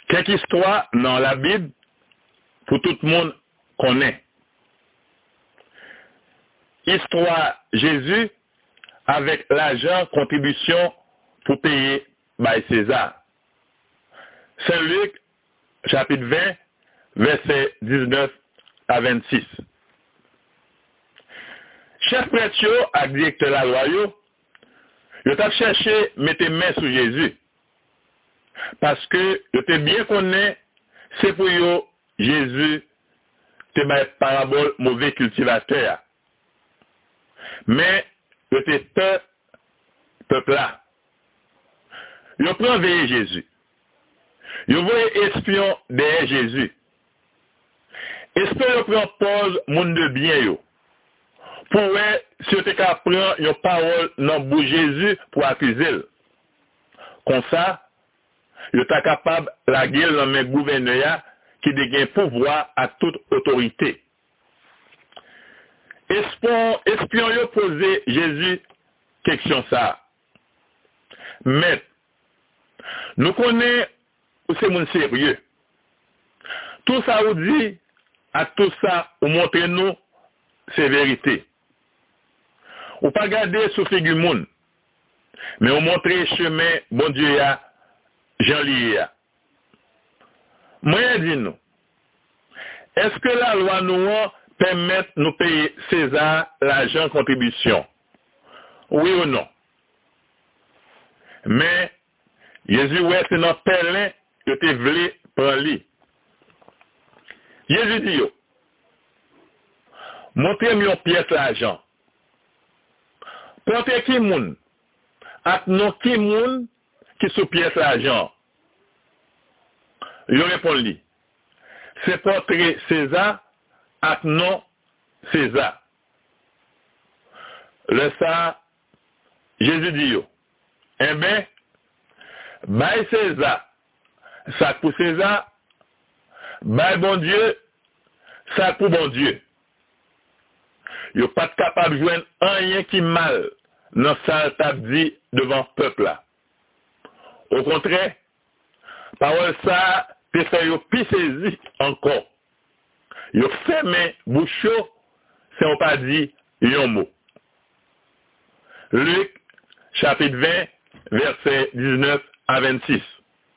Quelques histoires dans la Bible pour tout le monde connaît. Histoire Jésus avec l'argent contribution pour payer by César. Saint Luc, chapitre 20, verset 19 à 26. Chef prêtre et directeur de la loi, ils ont cherché à mettre main sur Jésus. Parce que ils étaient bien connus, c'est pour eux, Jésus, c'est une parabole mauvais cultivateur. Mais ils étaient peuple là. Ils ont pris veiller Jésus. Ils voyaient espion derrière Jésus. Espion prend pause monde de bien yo. Pour si vous avez prendre une parole dans le bout de Jésus pour accuser. Comme ça, vous êtes capable de la guerre dans mes gouverneurs qui dégaine pouvoir à toute autorité. Espion yo posé Jésus question ça. Mais nous connaissons c'est mon sérieux. Tout ça vous dit, à tout ça, vous montrez nous, c'est vérité. Ou pas garder sous figure monde, mais vous montrez chemin, bon Dieu, ya, Jean Lié. Moi, dis nous, est-ce que la loi nous permet de nous payer César l'argent contribution? Oui ou non? Mais, Jésus, ouais, c'est notre pèlerin que tu voulu prendre lui. Jésus dit, yo, montrez-moi une pièce d'argent. Portez qui moun? At non qui moun qui sous pièce d'argent? Yo répond lui. C'est portrait César, at non César. Le ça, Jésus dit, yo, eh ben, bay César, ça pour César, bay bon Dieu, ça pour bon Dieu. Yo pas capable de joindre rien qui mal dans ça t'a dit devant le peuple là. Au contraire, parole ça, te fait yo pi saisi encore. Yo fermé bouche, c'est on pas dit yon mot. Luc, chapitre 20, verset 19 à 26.